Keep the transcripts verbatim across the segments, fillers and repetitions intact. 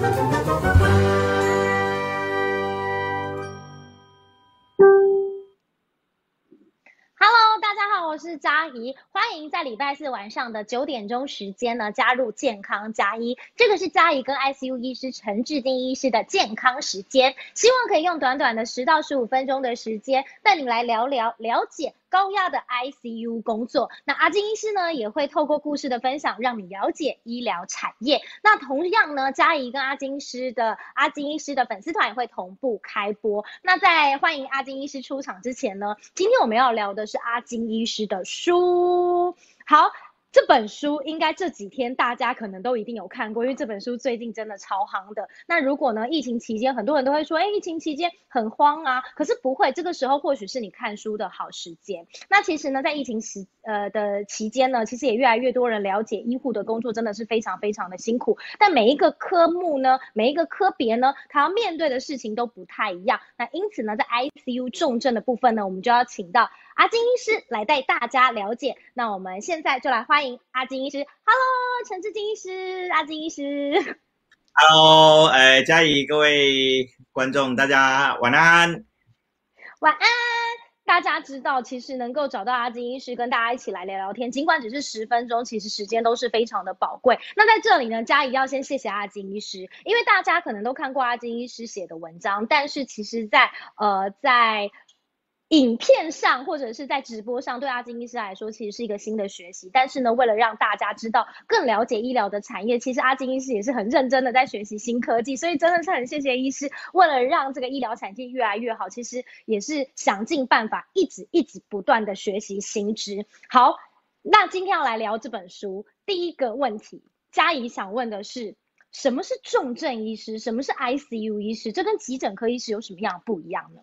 大家好，我是佳怡，欢迎在礼拜四晚上的九点钟时间呢加入健康加一，这个是佳怡跟 I C U 医师陈志定医师的健康时间，希望可以用短短的十到十五分钟的时间带你来聊聊了解高压的 I C U 工作。那阿金医师呢也会透过故事的分享让你了解医疗产业。那同样呢，佳怡跟阿金医师的阿金医师的粉丝团也会同步开播。那在欢迎阿金医师出场之前呢，今天我们要聊的是阿金医师的书。好，这本书应该这几天大家可能都一定有看过，因为这本书最近真的超夯的。那如果呢疫情期间很多人都会说，哎，疫情期间很慌啊，可是不会，这个时候或许是你看书的好时间。那其实呢在疫情时呃的期间呢，其实也越来越多人了解医护的工作真的是非常非常的辛苦，但每一个科目呢，每一个科别呢，它要面对的事情都不太一样。那因此呢在 I C U 重症的部分呢，我们就要请到阿金医师来带大家了解。那我们现在就来欢迎阿金医师。Hello， 陈志金医师，阿金医师。 Hello， 呃，佳怡，各位观众，大家晚安。 晚安。大家知道，其实能够找到阿金医师跟大家一起来聊聊天，尽管只是十分钟，其实时间都是非常的宝贵。那在这里呢，佳怡要先谢谢阿金医师，因为大家可能都看过阿金医师写的文章，但是其实在呃在影片上或者是在直播上，对阿金医师来说其实是一个新的学习。但是呢，为了让大家知道更了解医疗的产业，其实阿金医师也是很认真的在学习新科技，所以真的是很谢谢医师，为了让这个医疗产业越来越好，其实也是想尽办法一直一直不断的学习新知。好，那今天要来聊这本书，第一个问题，佳怡想问的是，什么是重症医师，什么是 I C U 医师，这跟急诊科医师有什么样的不一样呢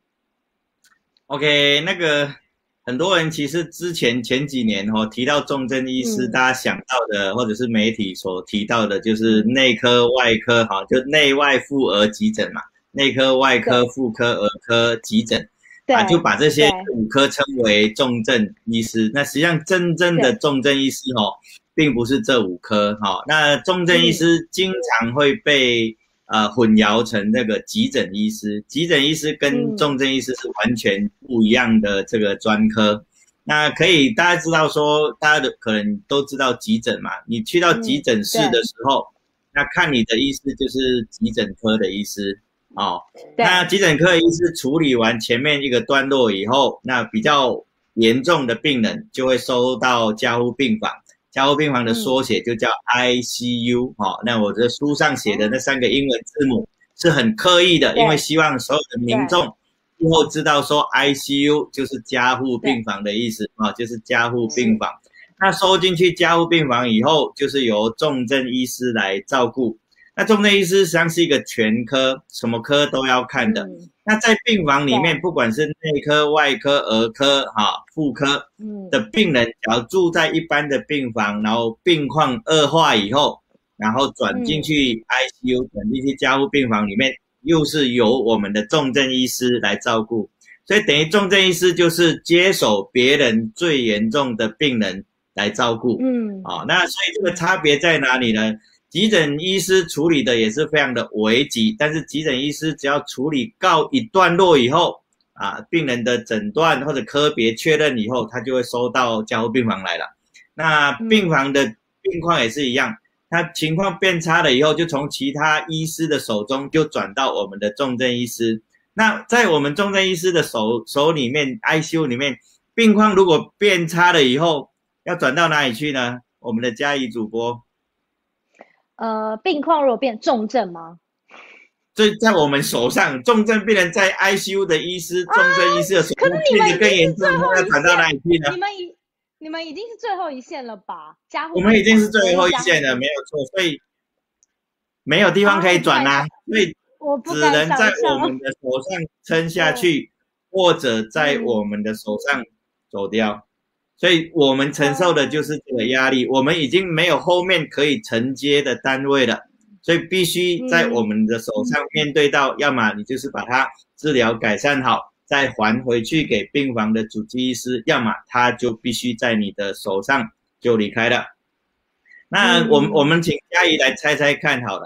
？OK， 那个很多人其实之前前几年哦提到重症医师，嗯、大家想到的或者是媒体所提到的，就是内科、外科，哈，就内外妇儿急诊嘛，内科、外科、妇科、儿科急诊，啊，就把这些五科称为重症医师。那实际上真正的重症医师哦，并不是这五科哈、哦。那重症医师经常会被、嗯、呃混淆成那个急诊医师，急诊医师跟重症医师是完全不一样的这个专科。嗯、那可以大家知道说，大家的可能都知道急诊嘛，你去到急诊室的时候，嗯、那看你的医师就是急诊科的医师。哦，那急诊科医师处理完前面一个段落以后，那比较严重的病人就会收到加护病房，加护病房的缩写就叫 I C U、嗯哦、那我这书上写的那三个英文字母是很刻意的，因为希望所有的民众以后知道说 I C U 就是加护病房的意思、哦、就是加护病房。那收进去加护病房以后，就是由重症医师来照顾。那重症医师实际上是一个全科，什么科都要看的。嗯、那在病房里面，不管是内科、外科、儿科、哈、妇科的病人，只要住在一般的病房，然后病况恶化以后，然后转进去 I C U，、嗯、转进去加护病房里面，又是由我们的重症医师来照顾。所以等于重症医师就是接手别人最严重的病人来照顾。嗯，啊、哦，那所以这个差别在哪里呢？急诊医师处理的也是非常的危急，但是急诊医师只要处理告一段落以后，啊，病人的诊断或者科别确认以后，他就会收到加护病房来了。那病房的病况也是一样，他情况变差了以后，就从其他医师的手中就转到我们的重症医师。那在我们重症医师的手手里面 ，I C U 里面，病况如果变差了以后，要转到哪里去呢？我们的佳怡主播。 呃，病况如果变重症吗？ 所以在我们手上，重症病人在 I C U 的医师，重症医师的手上变得更严重，要转到哪里去呢？ 你们已你们已经是最后一线了吧？加护我们已经是最后一线了，没有错，所以没有地方可以转啦、啊，所以只能在我们的手上撑下去，或者在我们的手上走掉。所以我们承受的就是这个压力，我们已经没有后面可以承接的单位了，所以必须在我们的手上面对到，要么你就是把它治疗改善好，再还回去给病房的主治医师，要么他就必须在你的手上就离开了。那我们我们请佳怡来猜猜看好了，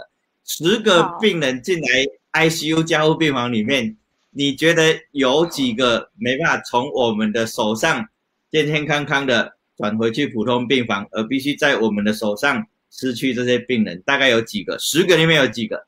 十个病人进来 I C U 加护病房里面，你觉得有几个没办法从我们的手上健健康康的转回去普通病房，而必须在我们的手上失去这些病人？大概有几个？十个里面有几个？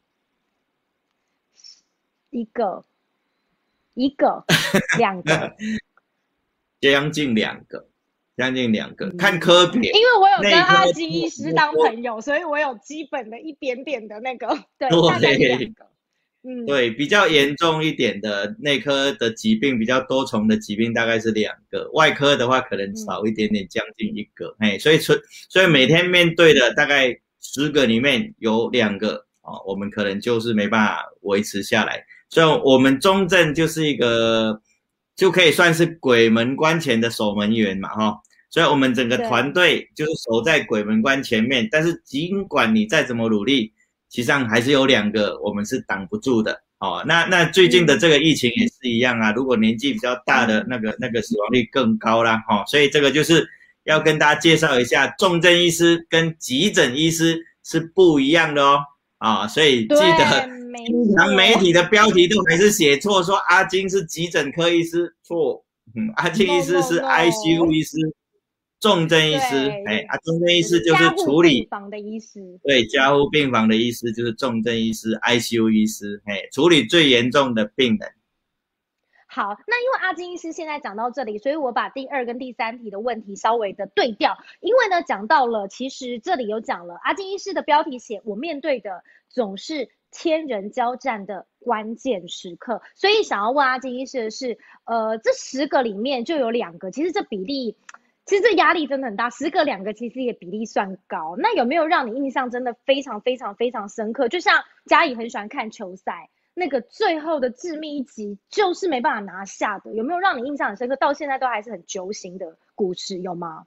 一个，一个，两个， 将近两个，将近两个。嗯、看科别， 因为我有跟阿金医师当朋友，所以我有基本的一点点的那个，对，大概两个。嗯， 对，比较严重一点的内科的疾病，比较多重的疾病大概是两个，外科的话可能少一点点，将近一个。哎、嗯，所以所以每天面对的大概十个里面有两个哦，我们可能就是没办法维持下来。所以我们中正就是一个就可以算是鬼门关前的守门员嘛，哈。所以我们整个团队就是守在鬼门关前面，但是尽管你再怎么努力，其实上还是有两个我们是挡不住的哦。那那最近的这个疫情也是一样啊，如果年纪比较大的那个那个死亡率更高啦，哈、哦。所以这个就是要跟大家介绍一下，重症医师跟急诊医师是不一样的哦。啊、哦，所以记得经常媒体的标题都还是写错，说阿金是急诊科医师，错，嗯，阿金医师是 I C U 医师。No, no, no. 重症医师，哎，啊，重症医师就是处理加护病房的医师， 对，加护病房的医师就是重症医师 ，I C U 医师，哎，处理最严重的病人。 好，那因为阿金医师现在讲到这里，所以我把第二跟第三题的问题稍微的对调，因为呢讲到了，其实这里有讲了，阿金医师的标题写我面对的总是天人交战的关键时刻，所以想要问阿金医师的是，呃，这十个里面就有两个，其实这比例。其实这压力真的很大，十个两个其实也比例算高。那有没有让你印象真的非常非常非常深刻？就像嘉怡很喜欢看球赛，那个最后的致命一击就是没办法拿下的，有没有让你印象很深刻？到现在都还是很揪心的故事，有吗？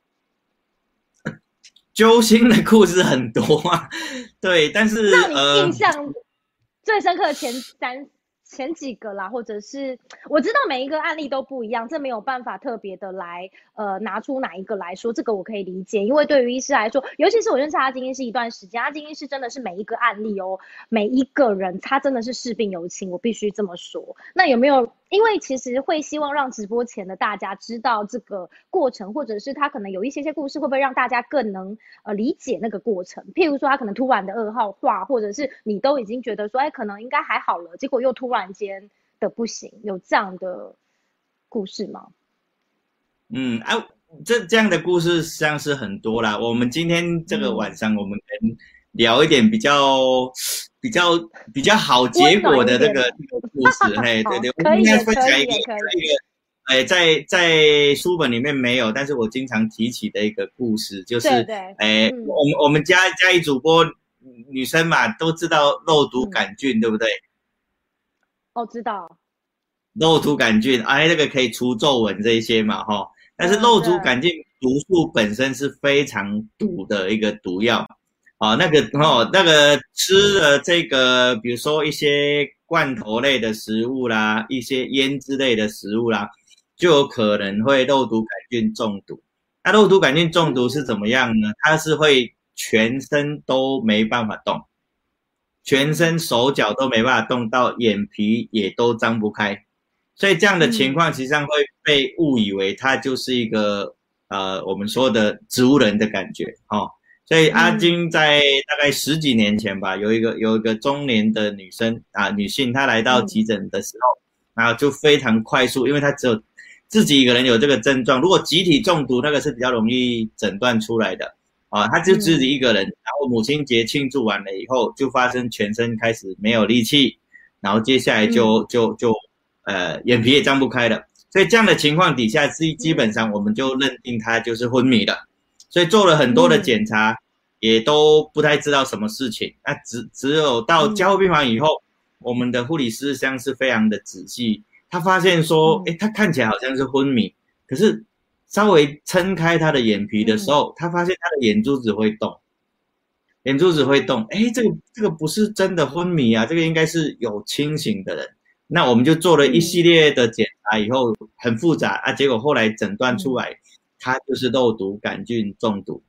揪心的故事很多啊，对，但是让你印象最深刻的前三。前几个啦，或者是我知道每一个案例都不一样，这没有办法特别的来呃拿出哪一个来说，这个我可以理解，因为对于医师来说，尤其是我认识阿金医师一段时间，阿金医师真的是每一个案例哦，每一个人他真的是视病犹亲，我必须这么说。那有没有？因为其实会希望让直播前的大家知道这个过程，或者是他可能有一些些故事，会不会让大家更能呃理解那个过程？譬如说他可能突然的二号化，或者是你都已经觉得说，哎，可能应该还好了，结果又突然间的不行，有这样的故事吗？ 嗯啊，这这样的故事实际上是很多啦。我们今天这个晚上，我们跟聊一点比较。比较比较好结果的那个故事，嘿，对对，我应该分享一个一个，哎，在在书本里面没有，但是我经常提起的一个故事，就是哎，嗯、我们我们家嘉义主播女生嘛，都知道肉毒杆菌，嗯、对不对？ 哦，知道。 肉毒杆菌，哎，那个可以除皱纹这一些嘛，哈、哦。但是肉毒杆菌毒素本身是非常毒的一个毒药。哦，那个哦，那个吃了这个，比如说一些罐头类的食物啦，一些腌制类的食物啦，就有可能会肉毒杆菌中毒。那肉毒杆菌中毒是怎么样呢？它是会全身都没办法动，全身手脚都没办法动，到眼皮也都张不开。所以这样的情况实际上会被误以为它就是一个呃我们说的植物人的感觉哦。所以阿金在大概十几年前吧，有一个有一个中年的女生啊，女性，她来到急诊的时候，然后就非常快速，因为她只有自己一个人有这个症状，如果集体中毒那个是比较容易诊断出来的啊，她就自己一个人，然后母亲节庆祝完了以后，就发生全身开始没有力气，然后接下来就就就呃眼皮也张不开了，所以这样的情况底下，基基本上我们就认定她就是昏迷了。所以做了很多的检查，嗯、也都不太知道什么事情。那只只有到加护病房以后，嗯、我们的护理师实际上是非常的仔细，他发现说，哎、嗯，他看起来好像是昏迷，可是稍微撑开他的眼皮的时候，嗯、他发现他的眼珠子会动，眼珠子会动，哎，这个这个不是真的昏迷啊，这个应该是有清醒的人。那我们就做了一系列的检查以后，很复杂啊，结果后来诊断出来。嗯它就是肉毒杆菌中毒，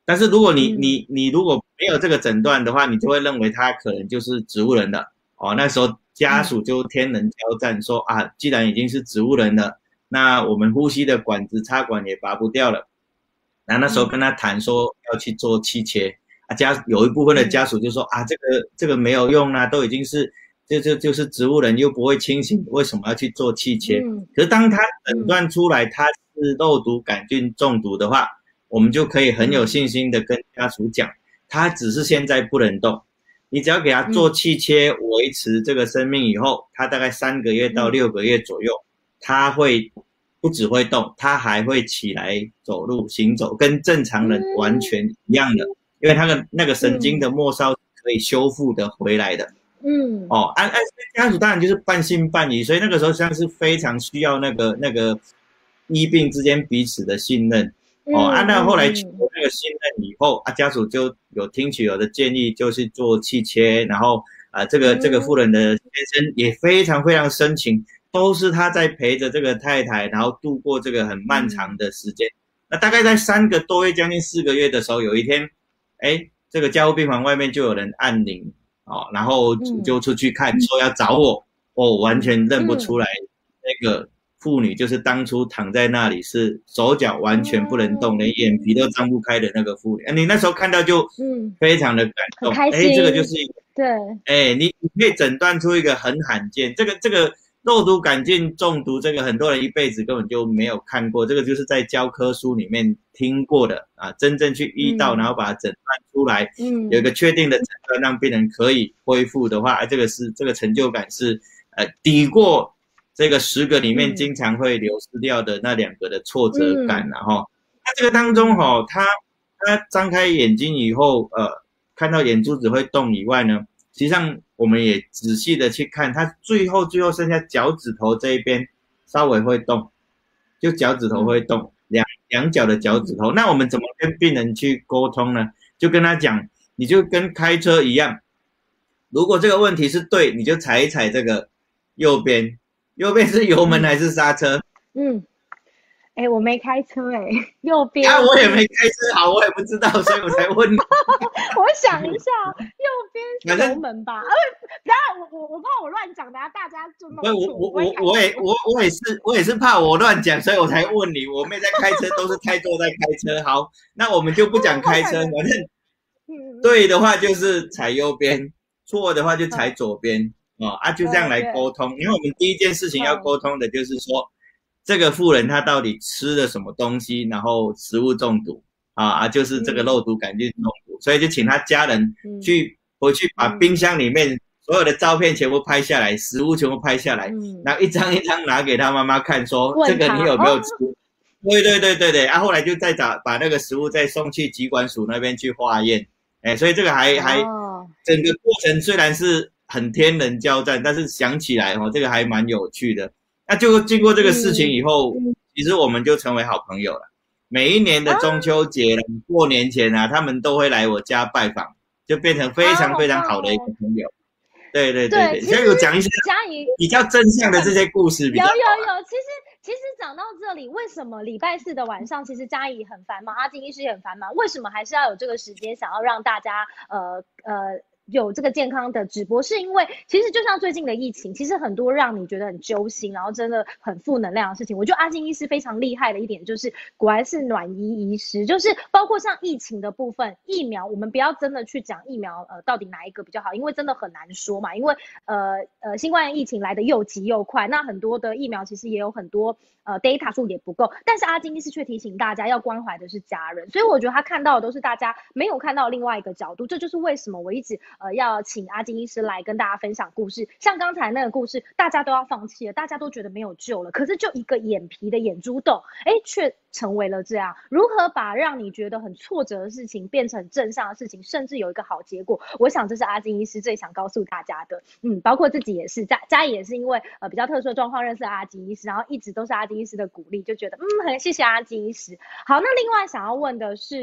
但是如果你、 嗯你你如果没有这个诊断的话，你就会认为他可能就是植物人了哦。那时候家属就天人交战说啊，既然已经是植物人了，那我们呼吸的管子插管也拔不掉了。然后那时候跟他谈说要去做气切啊，家有一部分的家属就说啊，这个这个没有用啊，都已经是就就就是植物人又不会清醒，为什么要去做气切？ 嗯可是当他诊断出来他是肉毒杆菌中毒的话，我们就可以很有信心的跟家属讲，他只是现在不能动，你只要给他做气切，维持这个生命以后，他大概三个月到六个月左右，他会不只会动，他还会起来走路行走，跟正常人完全一样的，因为他的那个神经的末梢可以修复的回来的。嗯，哦，按按家属当然就是半信半疑，所以那个时候像是非常需要那个那个医病之间彼此的信任。哦，按、啊、那后来取得那个信任以后，啊，家属就有听取我的建议，就是做气切，然后啊，这个这个妇人的先生也非常非常深情。都是他在陪着这个太太，然后度过这个很漫长的时间。嗯、那大概在三个多月，将近四个月的时候，有一天，哎，这个加护病房外面就有人按铃哦，然后就出去看，嗯、说要找我，我、哦、完全认不出来、嗯、那个妇女就是当初躺在那里是手脚完全不能动，嗯、连眼皮都张不开的那个妇女。啊、你那时候看到就非常的感动，哎、嗯，这个就是一个对，哎，你你可以诊断出一个很罕见，这个这个。肉毒杆菌中毒，这个很多人一辈子根本就没有看过，这个就是在教科书里面听过的啊，真正去遇到，嗯、然后把它诊断出来，嗯，有一个确定的诊断，让病人可以恢复的话，啊、这个是这个成就感是呃抵过这个十个里面经常会流失掉的那两个的挫折感，然后、嗯，那这个当中哈、哦，他他张开眼睛以后，呃，看到眼珠子会动以外呢。实际上，我们也仔细的去看，他最后最后剩下脚趾头这一边稍微会动，就脚趾头会动，两两脚的脚趾头。那我们怎么跟病人去沟通呢？就跟他讲，你就跟开车一样，如果这个问题是对，你就踩一踩这个右边，右边是油门还是刹车？嗯。 哎、欸，我没开车哎、欸，右边啊，我也没开车，好，我也不知道，所以我才问你。 我想一下，右边是油门吧？呃，等下我我我怕我乱讲，等下大家就弄错。 我我我我也我我也是我也是怕我乱讲，所以我才问你。我妹在开车，都是太多在开车。好，那我们就不讲开车，反正对的话就是踩右边，错的话就踩左边哦啊，就这样来沟通。因为我们第一件事情要沟通的就是说。这个妇人她到底吃了什么东西，然后食物中毒啊啊，就是这个肉毒杆菌中毒，嗯、所以就请他家人去回去把冰箱里面所有的照片全部拍下来，食物全部拍下来，嗯、然后一张一张拿给他妈妈看，说这个你有没有吃？哦、对对对对对，啊，后来就再找把那个食物再送去疾管署那边去化验，哎，所以这个还、哦、还整个过程虽然是很天人交战，但是想起来哦，这个还蛮有趣的。那就经过这个事情以后，嗯、其实我们就成为好朋友了。每一年的中秋节、啊、过年前啊，他们都会来我家拜访，就变成非常非常好的一个朋友。啊、对对对对，所以我讲一些比较正向的这些故事比较。 有有有，其实其实讲到这里，为什么礼拜四的晚上，其实嘉怡很繁忙，阿金医师也很繁忙，为什么还是要有这个时间，想要让大家呃呃。有这个健康的直播，是因为其实就像最近的疫情，其实很多让你觉得很揪心，然后真的很负能量的事情。我觉得阿金医师非常厉害的一点就是，果然是暖医医师，就是包括像疫情的部分，疫苗我们不要真的去讲疫苗呃到底哪一个比较好，因为真的很难说嘛，因为呃呃新冠疫情来的又急又快，那很多的疫苗其实也有很多呃 data 数也不够，但是阿金医师却提醒大家要关怀的是家人，所以我觉得他看到的都是大家没有看到另外一个角度，这就是为什么我一直。呃，要请阿金医师来跟大家分享故事，像刚才那个故事，大家都要放弃了，大家都觉得没有救了，可是就一个眼皮的眼珠洞，哎，却成为了这样。如何把让你觉得很挫折的事情变成正向的事情，甚至有一个好结果？我想这是阿金医师最想告诉大家的。嗯，包括自己也是，嘉嘉怡也是因为呃比较特殊的状况认识阿金医师，然后一直都是阿金医师的鼓励，就觉得嗯很谢谢阿金医师。好，那另外想要问的是。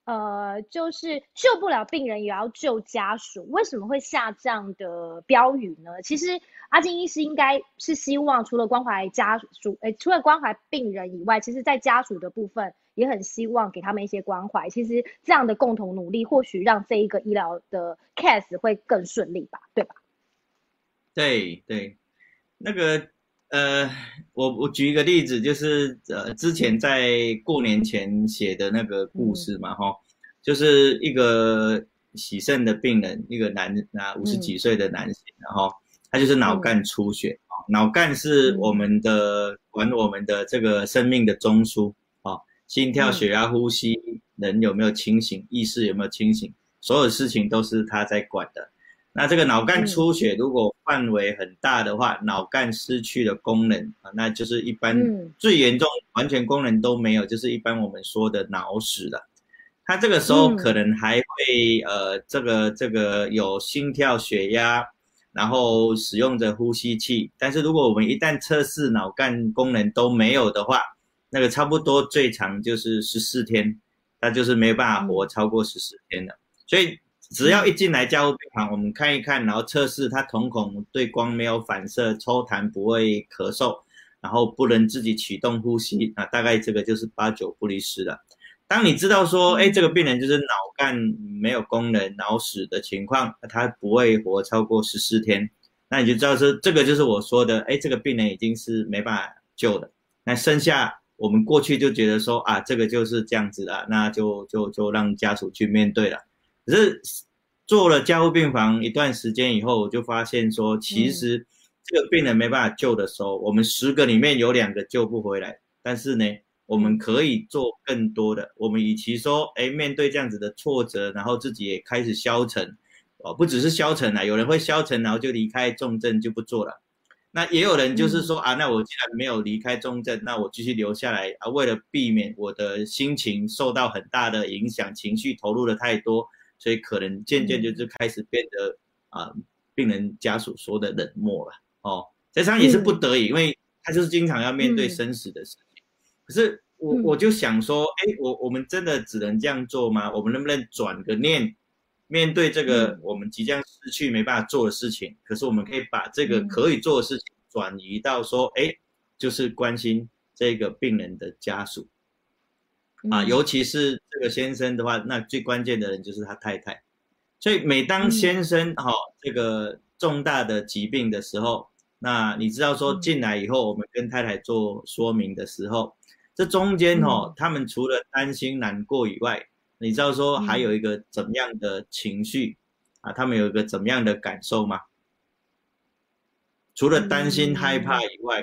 呃，就是救不了病人也要救家属，为什么会下这样的标语呢？其实阿金医师应该是希望除了关怀家属，诶，除了关怀病人以外，其实在家属的部分也很希望给他们一些关怀。其实这样的共同努力，或许让这一个医疗的 case 会更顺利吧，对吧？ 对对，那个呃，我我举一个例子，就是呃，之前在过年前写的那个故事嘛，哈、嗯，就是一个洗肾的病人，一个男啊五十几岁的男性，然后他就是脑干出血，嗯、脑干是我们的管我们的这个生命的中枢啊、哦，心跳、血压、呼吸，人有没有清醒，意识有没有清醒，所有事情都是他在管的。那这个脑干出血如果范围很大的话，嗯、脑干失去了功能啊，那就是一般最严重完全功能都没有，就是一般我们说的脑死了。他这个时候可能还会、嗯、呃这个这个有心跳血压，然后使用着呼吸器，但是如果我们一旦测试脑干功能都没有的话，那个差不多最长就是十四天，他就是没办法活超过十四天的，所以只要一进来加护病房，我们看一看，然后测试他瞳孔对光没有反射，抽痰不会咳嗽，然后不能自己启动呼吸，那大概这个就是八九不离十了。当你知道说，哎，这个病人就是脑干没有功能、脑死的情况，他不会活超过十四天，那你就知道说，这个就是我说的，哎，这个病人已经是没办法救的。那剩下我们过去就觉得说，啊，这个就是这样子了，那就就就让家属去面对了。可是做了加护病房一段时间以后，我就发现说，其实这个病人没办法救的时候，我们十个里面有两个救不回来。但是呢，我们可以做更多的。我们与其说，哎，面对这样子的挫折，然后自己也开始消沉，哦，不只是消沉啊，有人会消沉，然后就离开重症就不做了。那也有人就是说、嗯、啊，那我既然没有离开重症，那我继续留下来啊，为了避免我的心情受到很大的影响，情绪投入的太多。所以可能渐渐就是开始变得啊、呃，病人家属说的冷漠了哦。这场也是不得已、嗯，因为他就是经常要面对生死的事情。嗯、可是我我就想说，哎，我我们真的只能这样做吗？我们能不能转个念，面对这个我们即将失去没办法做的事情？嗯、可是我们可以把这个可以做的事情转移到说，哎，就是关心这个病人的家属。啊，尤其是这个先生的话，那最关键的人就是他太太。所以每当先生哈、嗯哦、这个重大的疾病的时候，那你知道说进来以后，我们跟太太做说明的时候，这中间哈、哦嗯，他们除了担心难过以外，你知道说还有一个怎么样的情绪、嗯、啊？他们有一个怎么样的感受吗？除了担心、害怕以外，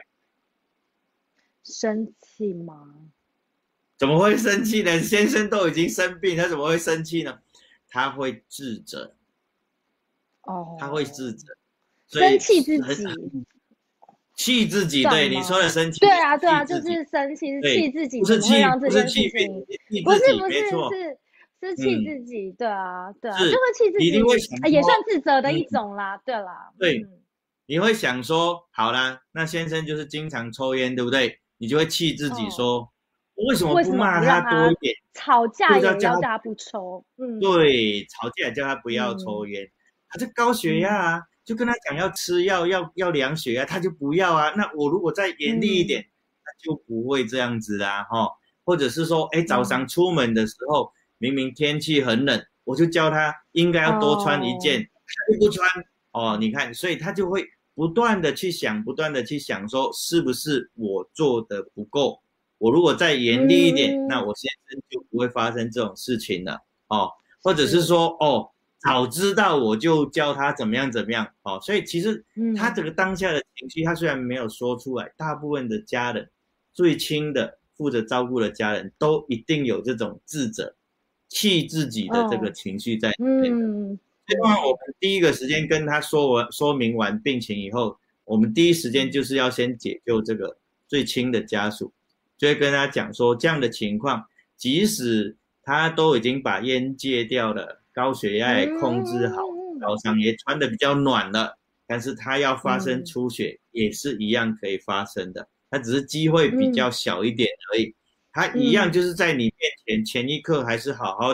生气吗？ 怎么会生气呢？先生都已经生病，他怎么会生气呢？他会自责， 哦， 他会自责， 生气自己， 气自己。对你说的生气， 对啊，对啊，就是生气，是气自己， 不是气， 不是气病， 不是不是是是气自己，嗯、对啊，对啊，就会气自己， 一定会想、 啊，也算自责的一种啦，嗯、对啦， 对、 嗯， 你会想说，好啦，那先生就是经常抽烟，对不对？你就会气自己说。哦，为什么不骂他多一点？ 吵架也要叫他不抽，嗯， 对，吵架也叫他不要抽烟。嗯、他这高血压啊、嗯，就跟他讲要吃药，要要量血压，他就不要啊。那我如果再严厉一点，他、嗯、就不会这样子啦，哈。或者是说，哎，早上出门的时候，嗯、明明天气很冷，我就叫他应该要多穿一件，他、哦、就不穿。哦，你看，所以他就会不断的去想，不断的去想说，是不是我做的不够？我如果再严厉一点、嗯，那我先生就不会发生这种事情了哦。或者是说，哦，早知道我就教他怎么样怎么样哦。所以其实他这个当下的情绪，他虽然没有说出来，大部分的家人最亲的负责照顾的家人都一定有这种自责、气自己的这个情绪在里面。嗯，所以我们第一个时间跟他说完、说明完病情以后，我们第一时间就是要先解救这个最亲的家属。就会跟他讲说，这样的情况，即使他都已经把烟戒掉了，高血压也控制好，早上也穿得比较暖了，但是他要发生出血、嗯、也是一样可以发生的，他只是机会比较小一点而已。他、嗯、一样就是在你面前前一刻还是好好的，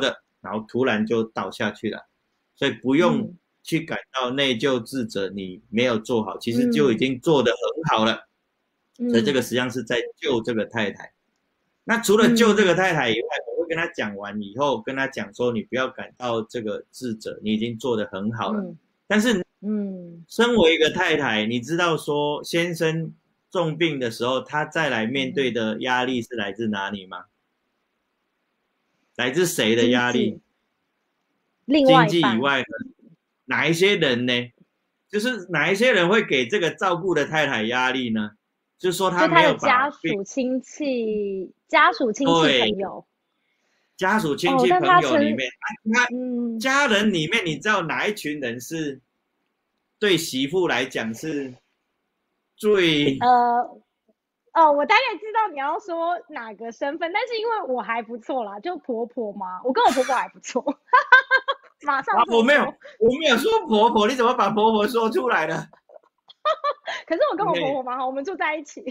然后突然就倒下去了，所以不用去感到内疚自责，你没有做好，其实就已经做得很好了。嗯、所以这个实际上是在救这个太太。那除了救这个太太以外，我会跟他讲完以后，跟他讲说，你不要感到这个自责，你已经做得很好了。嗯、但是，嗯，身为一个太太，你知道说先生重病的时候，他再来面对的压力是来自哪里吗？来自谁的压力？ 另外经济以外的哪一些人呢？就是哪一些人会给这个照顾的太太压力呢？就是说他没有把家属、亲戚、家属、亲戚朋友， 家属、亲戚、朋友里面，他、嗯、家人里面，你知道哪一群人是对媳妇来讲是最呃哦，我大概知道你要说哪个身份，但是因为我还不错啦，就婆婆嘛，我跟我婆婆还不错，马上、啊、 我没有，我没有说婆婆，你怎么把婆婆说出来了？ 可是我跟我婆婆蛮好， okay. 我们住在一起。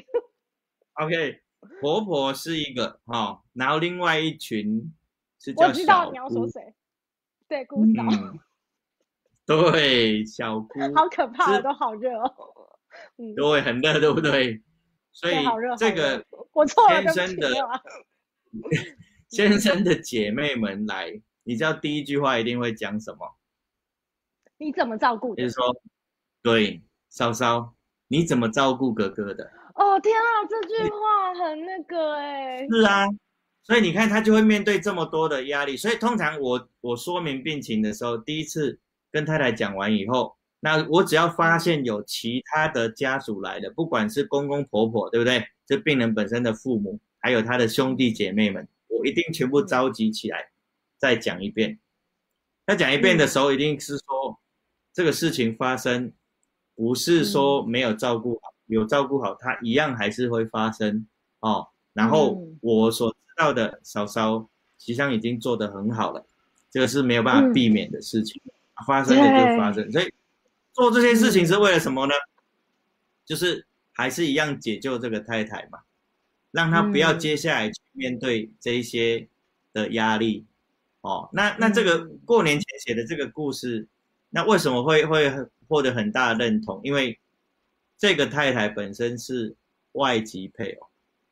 OK， 婆婆是一个哈、哦，然后另外一群是叫小姑。 我知道你要说谁，对，姑嫂、嗯。 对，小姑。 好可怕，都好热哦。 嗯，对，很热，对不对？所以这个我错了， 先生的先生的姐妹们来，你知道第一句话一定会讲什么？ 你怎么照顾的？ 就是说，对，嫂嫂。你怎么照顾哥哥的？ 哦天啊，这句话很那个哎、欸。 是啊，所以你看他就会面对这么多的压力。所以通常我我说明病情的时候，第一次跟太太讲完以后，那我只要发现有其他的家属来了，不管是公公婆婆，对不对？这病人本身的父母，还有他的兄弟姐妹们，我一定全部召集起来，再讲一遍。再讲一遍的时候，一定是说这个事情发生。不是说没有照顾好，嗯、有照顾好，它一样还是会发生哦。然后我所知道的，嫂嫂其实上已经做得很好了，这个是没有办法避免的事情，嗯、发生了就发生。所以做这些事情是为了什么呢？嗯、就是还是一样解救这个太太嘛，让她不要接下来去面对这一些的压力。哦，那那这个过年前写的这个故事，那为什么会会获得很大的认同？因为这个太太本身是外籍配偶。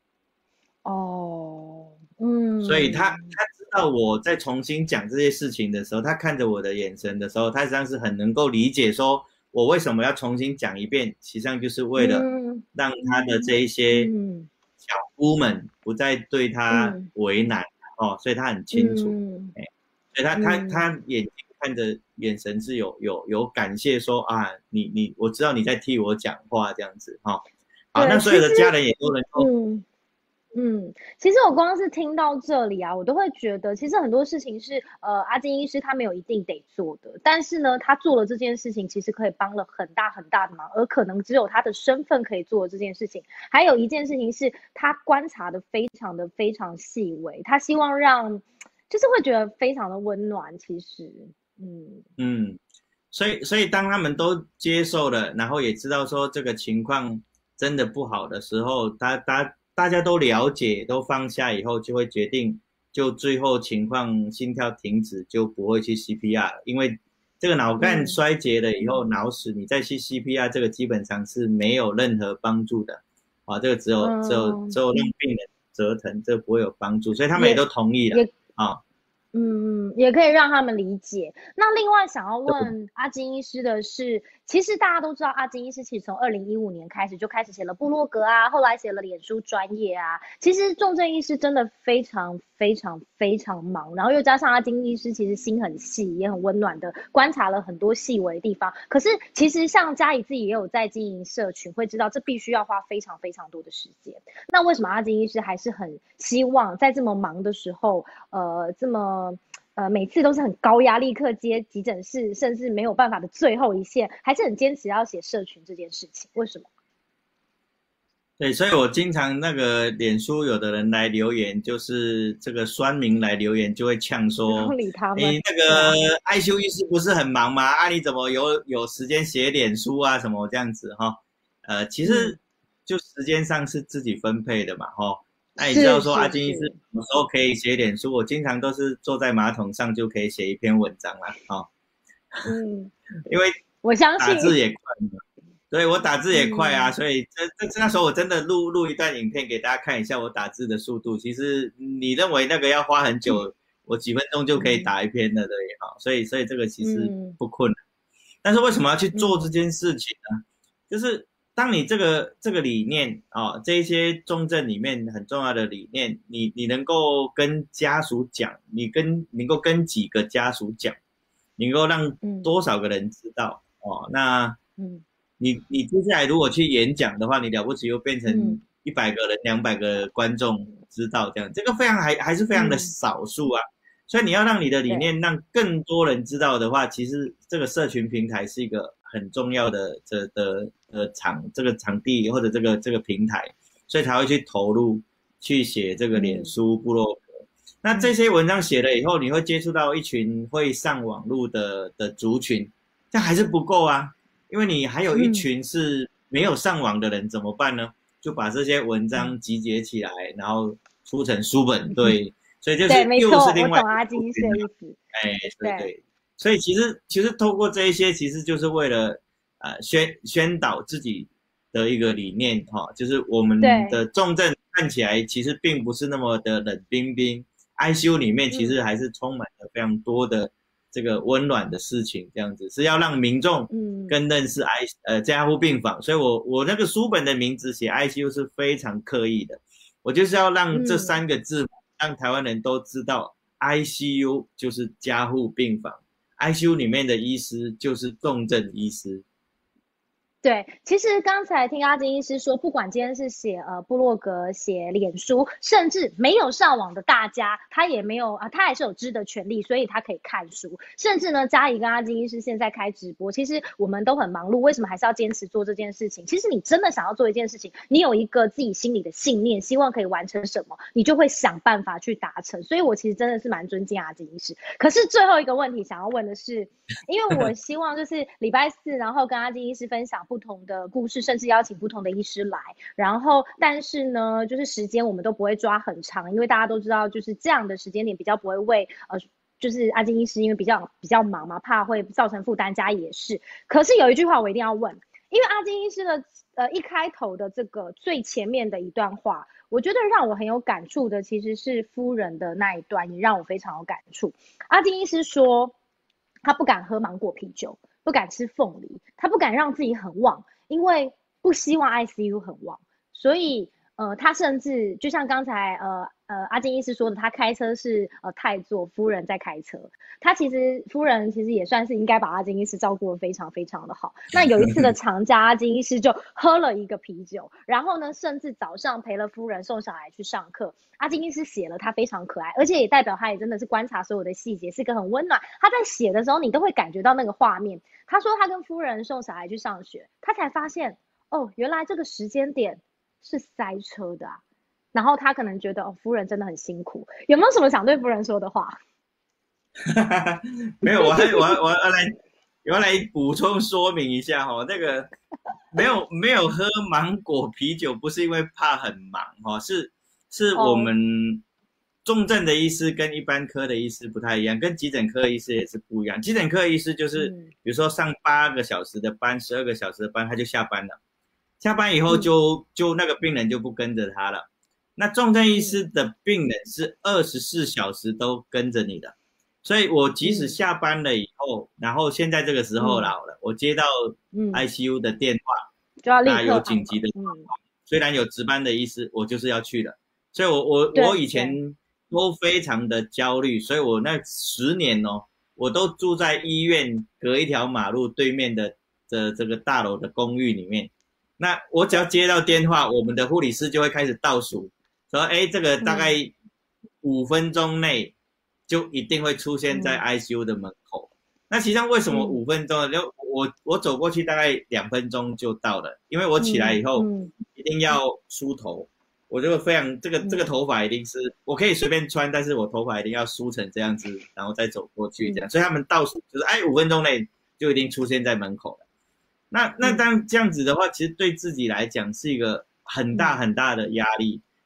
哦，嗯， 所以他他知道我在重新讲这些事情的时候，他看着我的眼神的时候，他实际上是很能够理解说我为什么要重新讲一遍，实际上就是为了让他的这一些小姑们不再对他为难、嗯、哦，所以他很清楚，嗯欸、所以他他他眼睛看着眼神是有有有感谢说啊，你你我知道你在替我讲话这样子哈、哦，好，那所有的家人也都能够。 嗯嗯，其实我光是听到这里啊，我都会觉得，其实很多事情是呃阿金医师他没有一定得做的，但是呢，他做了这件事情，其实可以帮了很大很大的忙，而可能只有他的身份可以做这件事情。还有一件事情是他观察的非常的非常细微，他希望让就是会觉得非常的温暖。其实，嗯嗯，所以所以当他们都接受了，然后也知道说这个情况真的不好的时候，他他。大家都了解都放下以后，就会决定就最后情况心跳停止就不会去 C P R 了，因为这个脑干衰竭了以后、嗯、脑死你再去 C P R 这个基本上是没有任何帮助的啊，这个只有、嗯、只有只有让病人折腾，这个不会有帮助，所以他们也都同意了啊。 嗯，也可以让他们理解。那另外想要问阿金医师的是，其实大家都知道阿金医师其实从二零一五年开始就开始写了部落格啊，后来写了脸书专页啊。其实重症医师真的非常非常非常忙，然后又加上阿金医师其实心很细，也很温暖的观察了很多细微的地方。可是其实像嘉怡自己也有在经营社群，会知道这必须要花非常非常多的时间。那为什么阿金医师还是很希望在这么忙的时候，呃，这么呃，每次都是很高压力课接急诊室，甚至没有办法的最后一线，还是很坚持要写社群这件事情，为什么？ 对，所以我经常那个脸书有的人来留言，就是这个酸民来留言就会呛说， 理他们你那个艾修医师不是很忙吗？啊，你怎么有有时间写脸书啊什么这样子哈？呃，其实就时间上是自己分配的嘛哈。 那你知道是是说阿金医师是， 什么时候可以写脸书？我经常都是坐在马桶上就可以写一篇文章啦，哦， 嗯， 因为我相信， 打字也快嘛。对，我打字也快啊， 嗯所以这这那时候我真的录录一段影片给大家看一下我打字的速度。其实你认为那个要花很久，我几分钟就可以打一篇的，对，好，所以所以这个其实嗯不困难。但是为什么要去做这嗯件事情呢？就是当你这个这个理念啊、哦，这一些重症里面很重要的理念，你你能够跟家属讲，你跟能够跟几个家属讲，你能够让嗯多少个人知道哦？那嗯你你接下来如果去演讲的话，你了不起又变成嗯一百个人、两百个观众知道这样，这个非常还还是非常的嗯， 少数啊。所以你要让你的理对， 念让更多人知道的话，其实这个社群平台是一个很重要的这的呃场这个场地或者这个这个平台，所以才会去投入去写这个脸嗯书部落格。那这嗯些文章写了以后，你会接触到一群会上网络的的族群，这还是不够啊，因为你还有一嗯群是没有上网的人，怎么办呢？就把这些文章嗯， 集结起来，然后出成书本，对。所以就对， 是又是没错，我另外一个懂阿金医师族群了， 的意思， 哎，对对， 对，所以其实其实透过这一些，其实就是为了呃宣宣导自己的一个理念哈、哦，就是我们对， 的重症看起来其实并不是那么的冷冰冰，I C U 里面其实嗯还是充满了非常多的这个温暖的事情，这样子是要让民众嗯更认识 I 呃加护病房，所以我我那个书本的名字写 I C U 是非常刻意的，我就是要让这嗯。 三个字母让台湾人都知道 I C U 就是加护病房 ，I C U 里面的医师就是重症医师。 对，其实刚才听阿金医师说，不管今天是写呃部落格、写脸书，甚至没有上网的大家，他也没有啊、呃，他还是有知的权利，所以他可以看书。甚至呢，嘉怡跟阿金医师现在开直播，其实我们都很忙碌，为什么还是要坚持做这件事情？其实你真的想要做一件事情，你有一个自己心里的信念，希望可以完成什么，你就会想办法去达成。所以我其实真的是蛮尊敬阿金医师。可是最后一个问题想要问的是，因为我希望就是礼拜四，然后跟阿金医师分享不同的故事，甚至邀请不同的医师来。然后，但是呢，就是时间我们都不会抓很长，因为大家都知道，就是这样的时间点比较不会为呃。就是阿金医师因为比较比较忙嘛，怕会造成负担，家也是。可是有一句话我一定要问，因为阿金医师的呃一开头的这个最前面的一段话，我觉得让我很有感触的其实是夫人的那一段，也让我非常有感触。阿金医师说，他不敢喝芒果啤酒，不敢吃凤梨，他不敢让自己很旺，因为不希望 I C U 很旺，所以呃，他甚至就像刚才呃呃阿金医师说的，他开车是呃太座，夫人在开车。他其实夫人其实也算是应该把阿金医师照顾得非常非常的好。那有一次的长假，阿金医师就喝了一个啤酒，然后呢，甚至早上陪了夫人送小孩去上课。阿金医师写了他非常可爱，而且也代表他也真的是观察所有的细节，是个很温暖。他在写的时候，你都会感觉到那个画面。他说他跟夫人送小孩去上学，他才发现哦，原来这个时间点是塞车的啊。然后他可能觉得哦，夫人真的很辛苦。有没有什么想对夫人说的话？ 没有，我还我还我要来我要来补充说明一下哈、哦，那个没有没有喝芒果啤酒，不是因为怕很忙哈、哦，是是我们重症的医师跟一般科的医师不太一样，跟急诊科的医师也是不一样。急诊科的医师就是，嗯、比如说上八个小时的班，十二个小时的班，他就下班了。下班以后就、嗯、就那个病人就不跟着他了。那重症医师的病人是二十四小时都跟着你的。所以我即使下班了以后，嗯、然后现在这个时候老了，嗯、我接到 I C U 的电话， 就要立刻那有紧急的状况，嗯、虽然有值班的医师，我就是要去的。所以我我我以前都非常的焦虑，所以我那十年哦，我都住在医院隔一条马路对面的的这个大楼的公寓里面。那我只要接到电话，我们的护理师就会开始倒数，说哎，这个大概五分钟内。就一定会出现在 I C U 的门口。嗯、那实际上为什么五分钟？就、嗯、我我走过去大概两分钟就到了，因为我起来以后、嗯、一定要梳头，我就非常这个、嗯、这个头发一定是我可以随便穿，但是我头发一定要梳成这样子，然后再走过去这样。嗯、所以他们倒数就是哎五分钟内就一定出现在门口了。那那当这样子的话，其实对自己来讲是一个很大很大的压力。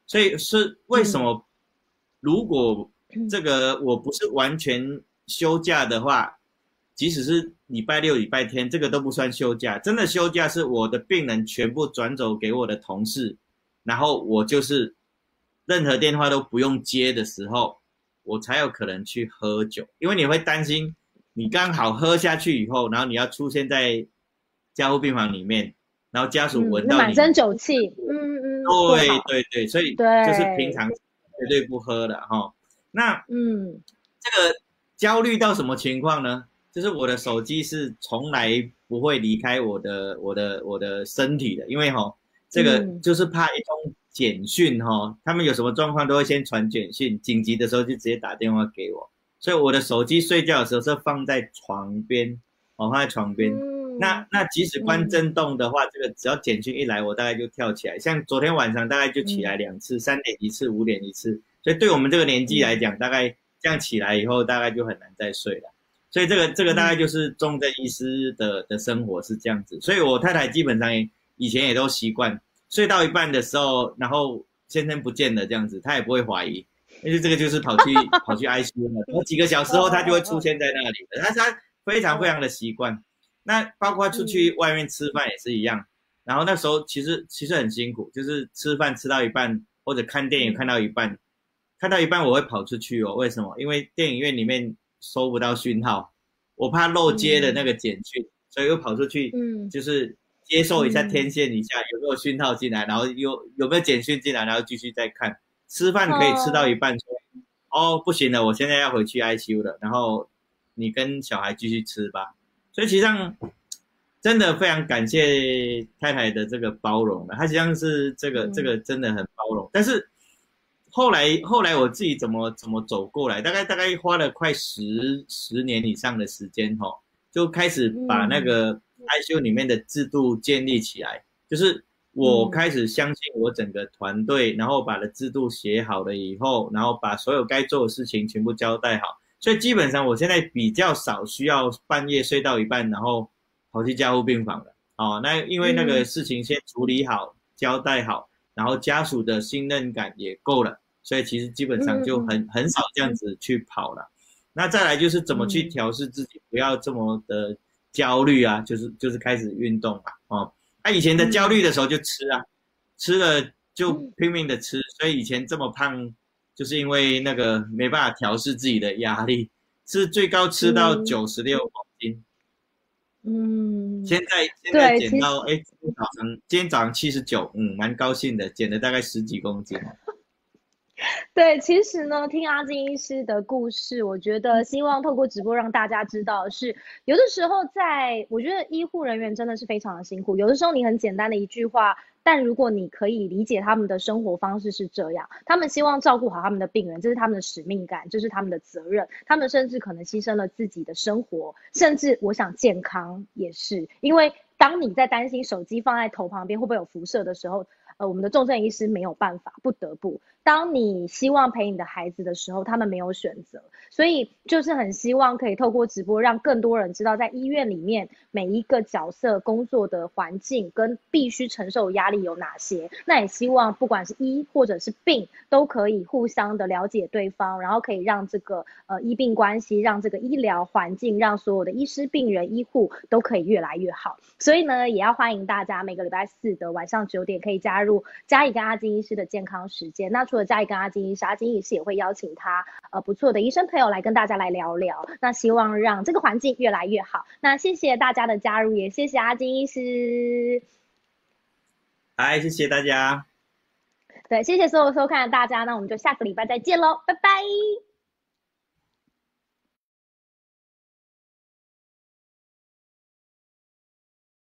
所以是为什么？如果这个我不是完全休假的话，即使是礼拜六、礼拜天，这个都不算休假。真的休假是我的病人全部转走给我的同事，然后我就是任何电话都不用接的时候，我才有可能去喝酒。因为你会担心，你刚好喝下去以后，然后你要出现在加护病房里面，然后家属闻到你、 嗯、满身酒气，嗯嗯， 对对对，所以就是平常绝对不喝的哈。那嗯，这个焦虑到什么情况呢？就是我的手机是从来不会离开我的我的我的身体的，因为哈，这个就是怕一通简讯哈，他们有什么状况都会先传简讯，紧急的时候就直接打电话给我，所以我的手机睡觉的时候是放在床边，哦，放在床边。嗯、那那即使关震动的话，嗯、这个只要简讯一来，我大概就跳起来。像昨天晚上大概就起来两次，三、嗯、点一次，五点一次。所以对我们这个年纪来讲，大概这样起来以后，大概就很难再睡了。所以这个这个大概就是重症医师的的生活是这样子。所以我太太基本上以前也都习惯睡到一半的时候，然后先生不见了这样子，她也不会怀疑，因为这个就是跑去跑去 I C U 了，然后几个小时后她就会出现在那里了。她她非常非常的习惯。那包括出去外面吃饭也是一样。然后那时候其实其实很辛苦，就是吃饭吃到一半，或者看电影看到一半。看到一半我会跑出去哦，为什么？因为电影院里面收不到讯号，我怕漏接的那个简讯，嗯、所以又跑出去，嗯，就是接受一下天线一下、嗯、有没有讯号进来，然后有有没有简讯进来，然后继续再看。吃饭可以吃到一半说，哦，哦不行了，我现在要回去 I C U 了，然后你跟小孩继续吃吧。所以实际上真的非常感谢太太的这个包容了，她实际上是这个、嗯、这个真的很包容，但是。后来，后来我自己怎么怎么走过来，大概大概花了快十十年以上的时间哈、哦，就开始把那个 I C U 里面的制度建立起来，嗯、就是我开始相信我整个团队，然后把的制度写好了以后，然后把所有该做的事情全部交代好，所以基本上我现在比较少需要半夜睡到一半，然后跑去加护病房了。哦，那因为那个事情先处理好，嗯、交代好。然后家属的信任感也够了，所以其实基本上就很、嗯、很少这样子去跑了。那再来就是怎么去调适自己，不要这么的焦虑啊，就是就是开始运动嘛，哦，那、啊、以前的焦虑的时候就吃啊，吃了就拼命的吃，所以以前这么胖，就是因为那个没办法调适自己的压力，是最高吃到九十六公斤。嗯，现在现在减到哎，今天早上今天早上七十九，嗯，蛮高兴的，减了大概十几公斤。 对，其实呢，听阿金医师的故事，我觉得希望透过直播让大家知道的是，有的时候在，我觉得医护人员真的是非常的辛苦，有的时候你很简单的一句话。但如果你可以理解他们的生活方式是这样，他们希望照顾好他们的病人，这是他们的使命感，这是他们的责任，他们甚至可能牺牲了自己的生活，甚至我想健康也是，因为当你在担心手机放在头旁边会不会有辐射的时候，呃，我们的重症医师没有办法，不得不。当你希望陪你的孩子的时候，他们没有选择，所以就是很希望可以透过直播让更多人知道，在医院里面每一个角色工作的环境跟必须承受压力有哪些。那也希望不管是医或者是病，都可以互相的了解对方，然后可以让这个呃医病关系，让这个医疗环境，让所有的医师、病人、医护都可以越来越好。所以呢，也要欢迎大家每个礼拜四的晚上九点可以加入嘉怡跟阿金医师的健康时间。那除了嘉怡跟阿金医师，阿金医师也会邀请他呃不错的医生朋友来跟大家来聊聊。那希望让这个环境越来越好。那谢谢大家的加入，也谢谢阿金医师。 嗨，谢谢大家。 对，谢谢所有收看的大家，那我们就下个礼拜再见喽，拜拜。